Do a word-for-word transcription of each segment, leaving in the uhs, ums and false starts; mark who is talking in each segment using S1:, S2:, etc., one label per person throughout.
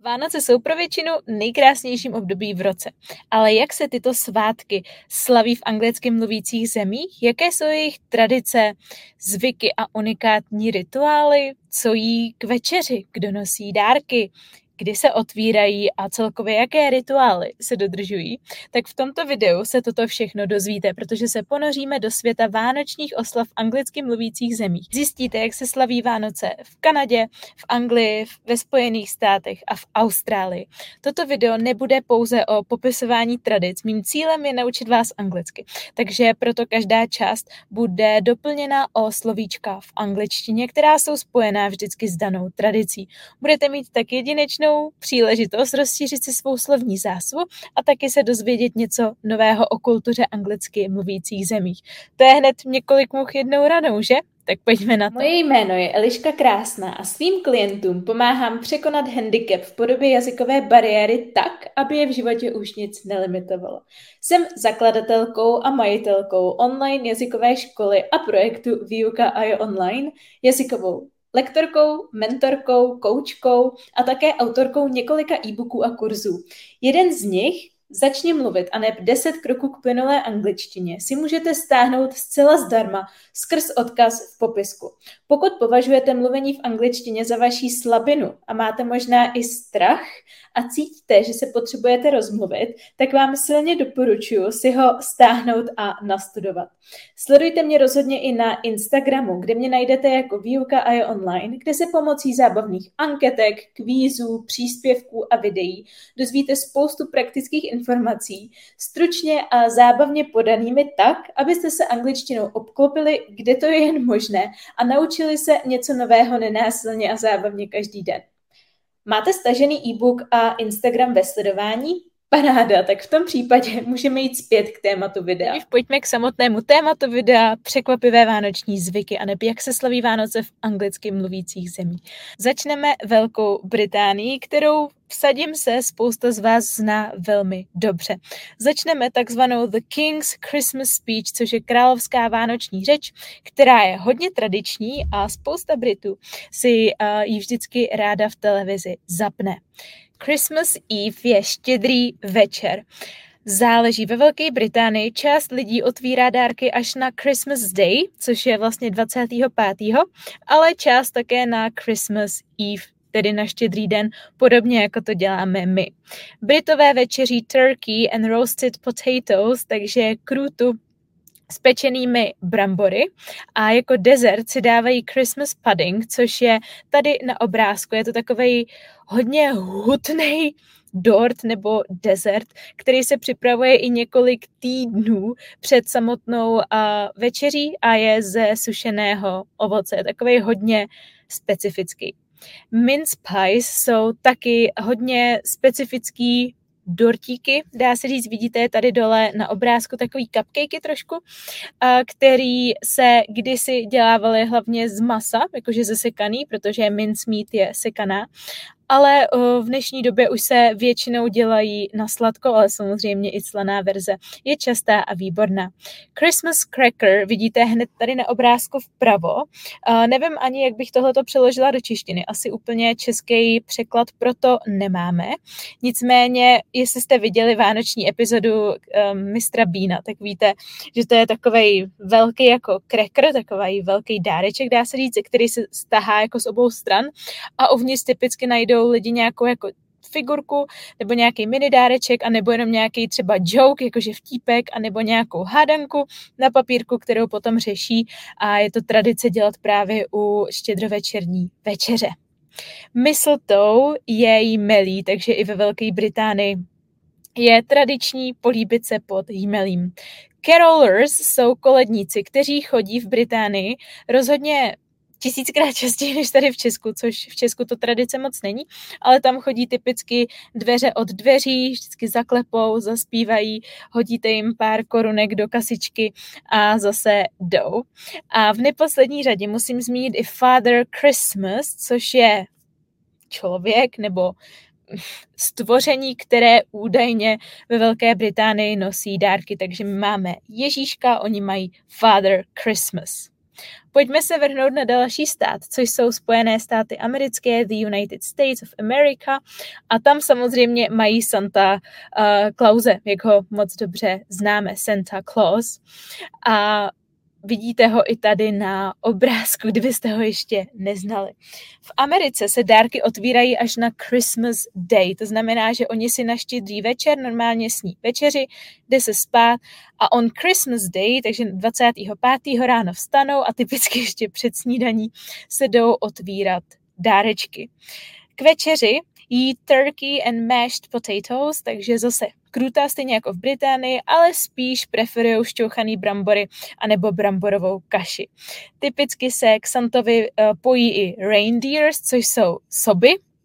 S1: Vánoce jsou pro většinu nejkrásnějším období v roce. Ale jak se tyto svátky slaví v anglicky mluvících zemích? Jaké jsou jejich tradice, zvyky a unikátní rituály? Co jí k večeři? Kdo nosí dárky? Kdy se otvírají a celkově jaké rituály se dodržují, tak v tomto videu se toto všechno dozvíte, protože se ponoříme do světa vánočních oslav v anglicky mluvících zemích. Zjistíte, jak se slaví Vánoce v Kanadě, v Anglii, ve Spojených státech a v Austrálii. Toto video nebude pouze o popisování tradic, mým cílem je naučit vás anglicky, takže proto každá část bude doplněna o slovíčka v angličtině, která jsou spojená vždycky s danou tradicí. Budete mít tak jedinečnou příležitost rozšířit si svou slovní zásobu a taky se dozvědět něco nového o kultuře anglicky mluvících zemích. To je hned několik much jednou ranou, že? Tak pojďme na to. Moje jméno je Eliška Krásná a svým klientům pomáhám překonat handicap v podobě jazykové bariéry tak, aby je v životě už nic nelimitovalo. Jsem zakladatelkou a majitelkou online jazykové školy a projektu Výuka a je online, jazykovou lektorkou, mentorkou, koučkou a také autorkou několika e-booků a kurzů. Jeden z nich, Začni mluvit a neb deset kroků k plynulé angličtině, si můžete stáhnout zcela zdarma skrz odkaz v popisku. Pokud považujete mluvení v angličtině za vaší slabinu a máte možná i strach a cítíte, že se potřebujete rozmluvit, tak vám silně doporučuji si ho stáhnout a nastudovat. Sledujte mě rozhodně i na Instagramu, kde mě najdete jako Výuka a je online, kde se pomocí zábavných anketek, kvízů, příspěvků a videí dozvíte spoustu praktických informací, stručně a zábavně podanými tak, abyste se angličtinou obklopili, kde to je jen možné a naučili se něco nového nenásilně a zábavně každý den. Máte stažený e-book a Instagram ve sledování? Paráda, tak v tom případě můžeme jít zpět k tématu videa. Teď pojďme k samotnému tématu videa, překvapivé vánoční zvyky a nebo jak se slaví Vánoce v anglicky mluvících zemích. Začneme Velkou Británií, kterou vsadím se spousta z vás zná velmi dobře. Začneme takzvanou The King's Christmas Speech, což je královská vánoční řeč, která je hodně tradiční a spousta Britů si uh, ji vždycky ráda v televizi zapne. Christmas Eve je štědrý večer. Záleží ve Velké Británii, část lidí otvírá dárky až na Christmas Day, což je vlastně dvacátého pátého ale část také na Christmas Eve, tedy na štědrý den, podobně jako to děláme my. Britové večeří turkey and roasted potatoes, takže krůtu s pečenými brambory a jako dezert si dávají Christmas pudding, což je tady na obrázku. Je to takovej hodně hutnej dort nebo dezert, který se připravuje i několik týdnů před samotnou uh, večeří a je ze sušeného ovoce. Je takovej hodně specifický. Mince pies jsou taky hodně specifický dortíky, dá se říct, vidíte tady dole na obrázku takový cupcakey trošku, který se kdysi dělávaly hlavně z masa, jakože ze sekaný, protože mince meat je sekaná, ale v dnešní době už se většinou dělají na sladko, ale samozřejmě i slaná verze je častá a výborná. Christmas cracker vidíte hned tady na obrázku vpravo. Nevím ani, jak bych tohleto přeložila do češtiny. Asi úplně český překlad proto nemáme. Nicméně, jestli jste viděli vánoční epizodu um, mistra Beana, tak víte, že to je takovej velký jako cracker, takový velký dáreček, dá se říct, který se stahá jako z obou stran a uvnitř typicky najdou lidi nějakou jako figurku nebo nějaký mini dáreček a nebo jenom nějaký třeba joke, jakože vtípek a nebo nějakou hádanku na papírku, kterou potom řeší a je to tradice dělat právě u štědrovečerní večeře. Mistletoe je jmelí, takže i ve Velké Británii je tradiční políbit se pod jmelím. Carolers jsou koledníci, kteří chodí v Británii rozhodně tisíckrát častěji než tady v Česku, což v Česku to tradice moc není, ale tam chodí typicky dveře od dveří, vždycky zaklepou, zaspívají, hodíte jim pár korunek do kasičky a zase jdou. A v neposlední řadě musím zmínit i Father Christmas, což je člověk nebo stvoření, které údajně ve Velké Británii nosí dárky, takže my máme Ježíška, oni mají Father Christmas. Pojďme se vrhnout na další stát, což jsou Spojené státy americké, the United States of America, a tam samozřejmě mají Santa uh, Clause, jak ho moc dobře známe, Santa Claus. A vidíte ho i tady na obrázku, kdybyste ho ještě neznali. V Americe se dárky otvírají až na Christmas Day, to znamená, že oni si na štědrý večer normálně sní večeři, jde se spát a on Christmas Day, takže dvacátého pátého ráno vstanou a typicky ještě před snídaní se jdou otvírat dárečky. K večeři jí turkey and mashed potatoes, takže zase krutá stejně jako v Británii, ale spíš preferují šťouchaný brambory anebo bramborovou kaši. Typicky se k Santovi uh, pojí i reindeers, což jsou soby.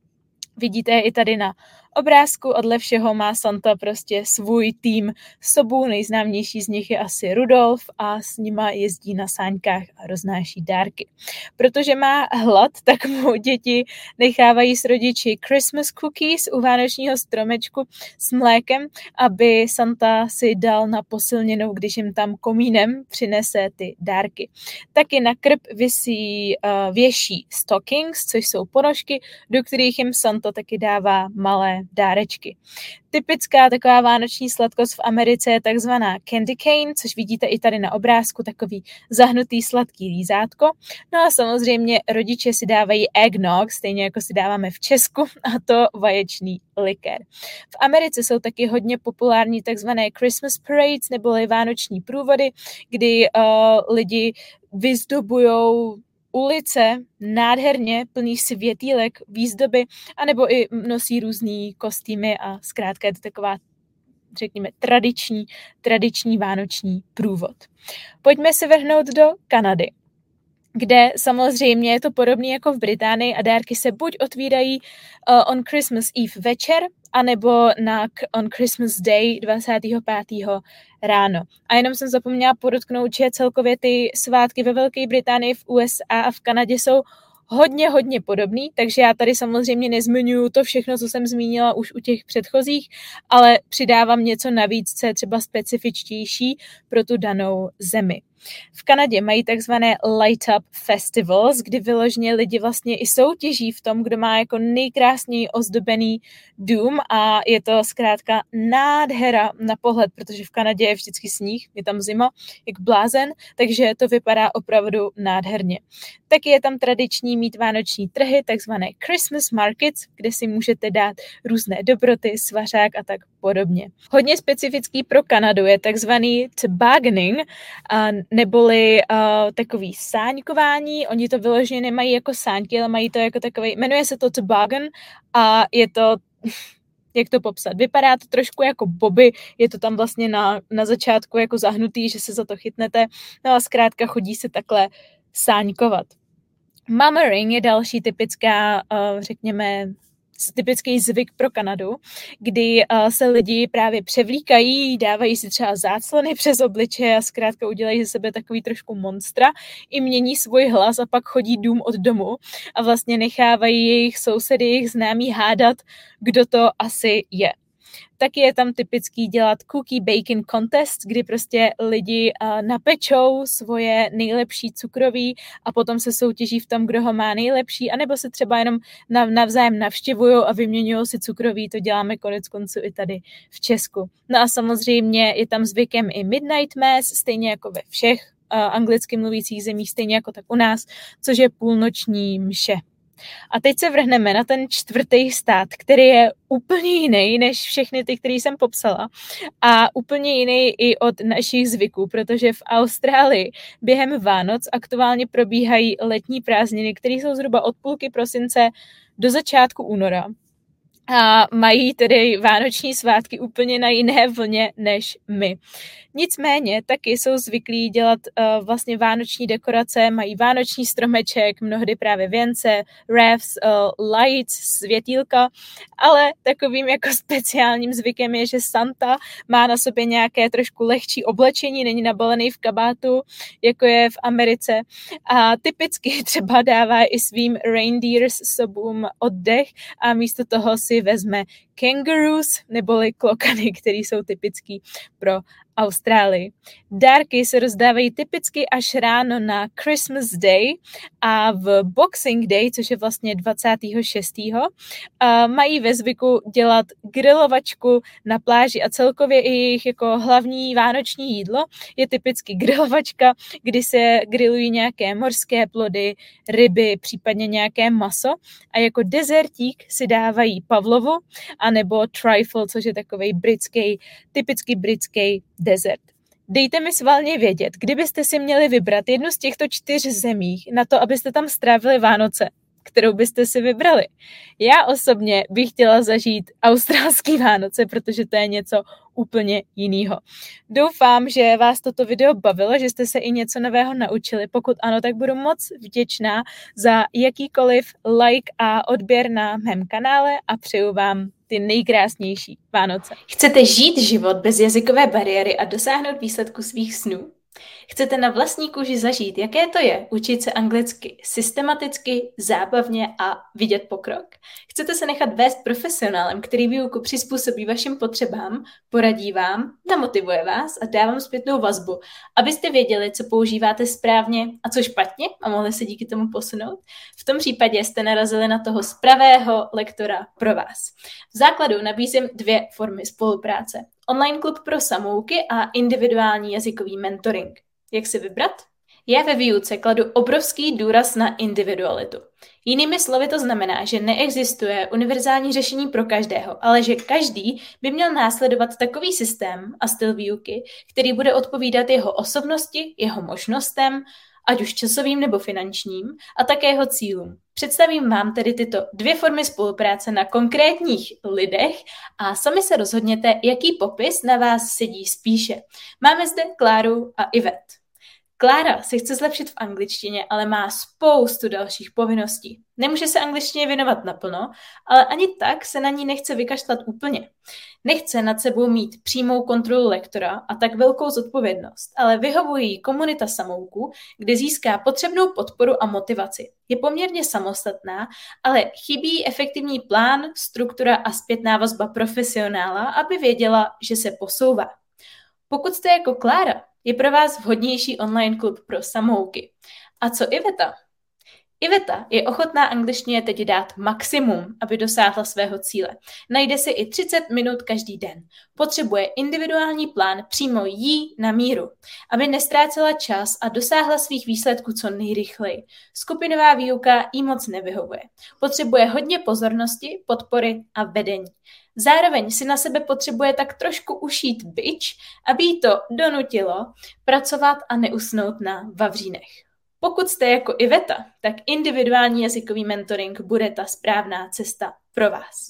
S1: Vidíte je i tady na obrázku, odle všeho má Santa prostě svůj tým sobů, nejznámější z nich je asi Rudolf a s nima jezdí na sáňkách a roznáší dárky. Protože má hlad, tak mu děti nechávají s rodiči Christmas cookies u vánočního stromečku s mlékem, aby Santa si dal na posilněnou, když jim tam komínem přinese ty dárky. Taky na krb visí uh, věší stockings, což jsou ponožky, do kterých jim Santa taky dává malé dárečky. Typická taková vánoční sladkost v Americe je takzvaná candy cane, což vidíte i tady na obrázku, takový zahnutý sladký lízátko. No a samozřejmě rodiče si dávají eggnog, stejně jako si dáváme v Česku, a to vaječný likér. V Americe jsou taky hodně populární takzvané Christmas parades, neboli vánoční průvody, kdy uh, lidi vyzdobujou ulice nádherně, plný světýlek, výzdoby, anebo i nosí různý kostýmy a zkrátka je to taková, řekněme, tradiční, tradiční vánoční průvod. Pojďme se vrhnout do Kanady, kde samozřejmě je to podobné jako v Británii a dárky se buď otvírají uh, on Christmas Eve večer, anebo na on Christmas Day dvacátého pátého ráno. A jenom jsem zapomněla podotknout, že celkově ty svátky ve Velké Británii, v U S A a v Kanadě jsou hodně, hodně podobný, takže já tady samozřejmě nezmiňuju to všechno, co jsem zmínila už u těch předchozích, ale přidávám něco navíc, co je třeba specifičtější pro tu danou zemi. V Kanadě mají takzvané light up festivals, kdy vyloženě lidi vlastně i soutěží v tom, kdo má jako nejkrásněji ozdobený dům a je to zkrátka nádhera na pohled, protože v Kanadě je vždycky sníh, je tam zima, jak blázen, takže to vypadá opravdu nádherně. Taky je tam tradiční mít vánoční trhy, takzvané Christmas markets, kde si můžete dát různé dobroty, svařák a tak podobně. Hodně specifický pro Kanadu je takzvaný tobogganing, neboli uh, takový sáňkování. Oni to vyloženě nemají jako sáňky, ale mají to jako takový, jmenuje se to toboggan a je to, jak to popsat, vypadá to trošku jako boby, je to tam vlastně na, na začátku jako zahnutý, že se za to chytnete, no a zkrátka chodí se takhle sáňkovat. Mamaring je další typická, uh, řekněme, typický zvyk pro Kanadu, kdy uh, se lidi právě převlíkají, dávají si třeba záclony přes obličeje a zkrátka udělají ze sebe takový trošku monstra, i mění svůj hlas a pak chodí dům od domu a vlastně nechávají jejich sousedy, jejich známí hádat, kdo to asi je. Taky je tam typický dělat cookie bacon contest, kdy prostě lidi uh, napečou svoje nejlepší cukroví a potom se soutěží v tom, kdo ho má nejlepší, anebo se třeba jenom nav- navzájem navštěvují a vyměňují si cukroví, to děláme konec konců i tady v Česku. No a samozřejmě je tam zvykem i midnight mass, stejně jako ve všech uh, anglicky mluvících zemích, stejně jako tak u nás, což je půlnoční mše. A teď se vrhneme na ten čtvrtý stát, který je úplně jiný než všechny ty, které jsem popsala a úplně jiný i od našich zvyků, protože v Austrálii během Vánoc aktuálně probíhají letní prázdniny, které jsou zhruba od půlky prosince do začátku února. A mají tedy vánoční svátky úplně na jiné vlně než my. Nicméně taky jsou zvyklí dělat uh, vlastně vánoční dekorace, mají vánoční stromeček, mnohdy právě věnce, wreaths, uh, lights, světýlka, ale takovým jako speciálním zvykem je, že Santa má na sobě nějaké trošku lehčí oblečení, není nabalený v kabátu, jako je v Americe a typicky třeba dává i svým reindeers sobům oddech a místo toho si vezme kangaroos neboli klokany, které jsou typický pro Austrálii. Dárky se rozdávají typicky až ráno na Christmas Day a v Boxing Day, což je vlastně dvacátého šestého mají ve zvyku dělat grilovačku na pláži a celkově i jejich jako hlavní vánoční jídlo je typicky grilovačka, kdy se grilují nějaké mořské plody, ryby, případně nějaké maso a jako dezertík si dávají pavlovu anebo trifle, což je takovej britský, typicky britský dezert. Dejte mi svalně vědět, kdybyste si měli vybrat jednu z těchto čtyř zemí na to, abyste tam strávili Vánoce, kterou byste si vybrali. Já osobně bych chtěla zažít australský Vánoce, protože to je něco úplně jiného. Doufám, že vás toto video bavilo, že jste se i něco nového naučili. Pokud ano, tak budu moc vděčná za jakýkoliv like a odběr na mém kanále a přeju vám ty nejkrásnější Vánoce. Chcete žít život bez jazykové bariéry a dosáhnout výsledku svých snů? Chcete na vlastní kůži zažít, jaké to je učit se anglicky systematicky, zábavně a vidět pokrok? Chcete se nechat vést profesionálem, který výuku přizpůsobí vašim potřebám, poradí vám, namotivuje vás a dá vám zpětnou vazbu, abyste věděli, co používáte správně a co špatně a mohli se díky tomu posunout? V tom případě jste narazili na toho spravého lektora pro vás. V základu nabízím dvě formy spolupráce. Online klub pro samouky a individuální jazykový mentoring. Jak si vybrat? Já ve výuce kladu obrovský důraz na individualitu. Jinými slovy to znamená, že neexistuje univerzální řešení pro každého, ale že každý by měl následovat takový systém a styl výuky, který bude odpovídat jeho osobnosti, jeho možnostem, ať už časovým nebo finančním, a také jeho cílům. Představím vám tedy tyto dvě formy spolupráce na konkrétních lidech a sami se rozhodněte, jaký popis na vás sedí spíše. Máme zde Kláru a Ivet. Klára se chce zlepšit v angličtině, ale má spoustu dalších povinností. Nemůže se angličtině věnovat naplno, ale ani tak se na ní nechce vykašlat úplně. Nechce nad sebou mít přímou kontrolu lektora a tak velkou zodpovědnost, ale vyhovuje jí komunita samouků, kde získá potřebnou podporu a motivaci. Je poměrně samostatná, ale chybí efektivní plán, struktura a zpětná vazba profesionála, aby věděla, že se posouvá. Pokud jste jako Klára, je pro vás vhodnější online klub pro samouky. A co Iveta? Iveta je ochotná angličtině teď dát maximum, aby dosáhla svého cíle. Najde si i třicet minut každý den. Potřebuje individuální plán přímo jí na míru, aby nestrácela čas a dosáhla svých výsledků co nejrychleji. Skupinová výuka jí moc nevyhovuje. Potřebuje hodně pozornosti, podpory a vedení. Zároveň si na sebe potřebuje tak trošku ušít bič, aby jí to donutilo pracovat a neusnout na vavřínech. Pokud jste jako Iveta, tak individuální jazykový mentoring bude ta správná cesta pro vás.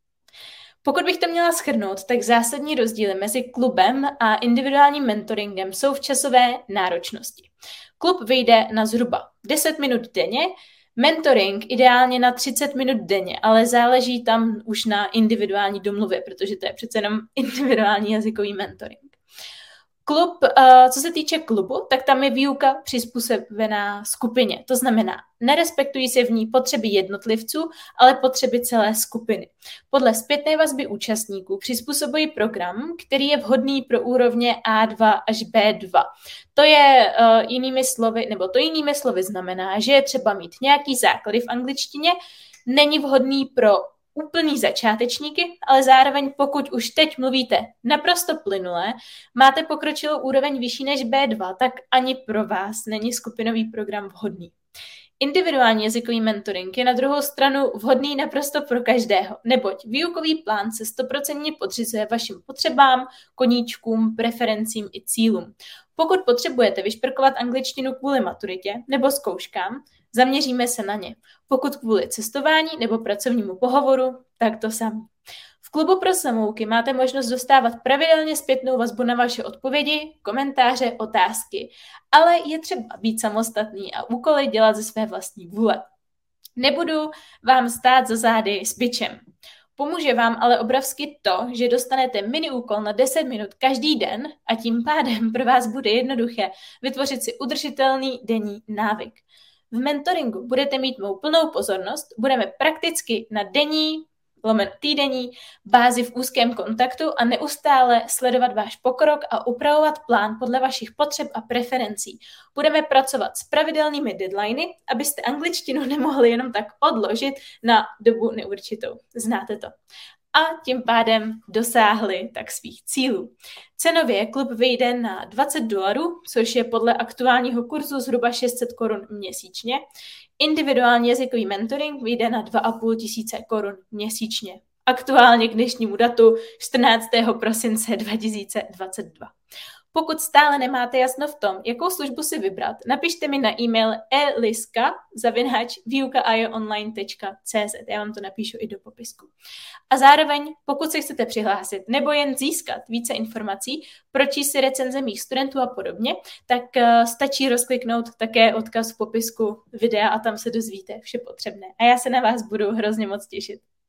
S1: Pokud bych to měla shrnout, tak zásadní rozdíly mezi klubem a individuálním mentoringem jsou v časové náročnosti. Klub vyjde na zhruba deset minut denně, mentoring ideálně na třicet minut denně, ale záleží tam už na individuální domluvě, protože to je přece jenom individuální jazykový mentoring. Klub, co se týče klubu, tak tam je výuka přizpůsobená skupině. To znamená, nerespektují se v ní potřeby jednotlivců, ale potřeby celé skupiny. Podle zpětné vazby účastníků přizpůsobují program, který je vhodný pro úrovně A dva až bé dva. To je uh, jinými slovy, nebo to jinými slovy znamená, že je třeba mít nějaký základy v angličtině, není vhodný pro úplný začátečníky, ale zároveň pokud už teď mluvíte naprosto plynule, máte pokročilou úroveň vyšší než bé dva, tak ani pro vás není skupinový program vhodný. Individuální jazykový mentoring je na druhou stranu vhodný naprosto pro každého, neboť výukový plán se stoprocentně podřizuje vašim potřebám, koníčkům, preferencím i cílům. Pokud potřebujete vyšperkovat angličtinu kvůli maturitě nebo zkouškám, zaměříme se na ně. Pokud kvůli cestování nebo pracovnímu pohovoru, tak to samé. V klubu pro samouky máte možnost dostávat pravidelně zpětnou vazbu na vaše odpovědi, komentáře, otázky, ale je třeba být samostatný a úkoly dělat ze své vlastní vůle. Nebudu vám stát za zády s bičem. Pomůže vám ale obrovsky to, že dostanete mini úkol na deset minut každý den a tím pádem pro vás bude jednoduché vytvořit si udržitelný denní návyk. V mentoringu budete mít mou plnou pozornost, budeme prakticky na denní lomeno týdenní, bázi v úzkém kontaktu a neustále sledovat váš pokrok a upravovat plán podle vašich potřeb a preferencí. Budeme pracovat s pravidelnými deadliny, abyste angličtinu nemohli jenom tak odložit na dobu neurčitou. Znáte to. A tím pádem dosáhli tak svých cílů. Cenově klub vyjde na dvacet dolarů, což je podle aktuálního kurzu zhruba šest set korun měsíčně. Individuální jazykový mentoring vyjde na dva a půl tisíce korun měsíčně. Aktuálně k dnešnímu datu čtrnáctého prosince dva tisíce dvacet dva. Pokud stále nemáte jasno v tom, jakou službu si vybrat, napište mi na e-mail eliska zavináč výuka a jo online tečka cé zet. Já vám to napíšu i do popisku. A zároveň, pokud se chcete přihlásit nebo jen získat více informací, pročíst si recenze mých studentů a podobně, tak uh, stačí rozkliknout také odkaz v popisku videa a tam se dozvíte vše potřebné. A já se na vás budu hrozně moc těšit.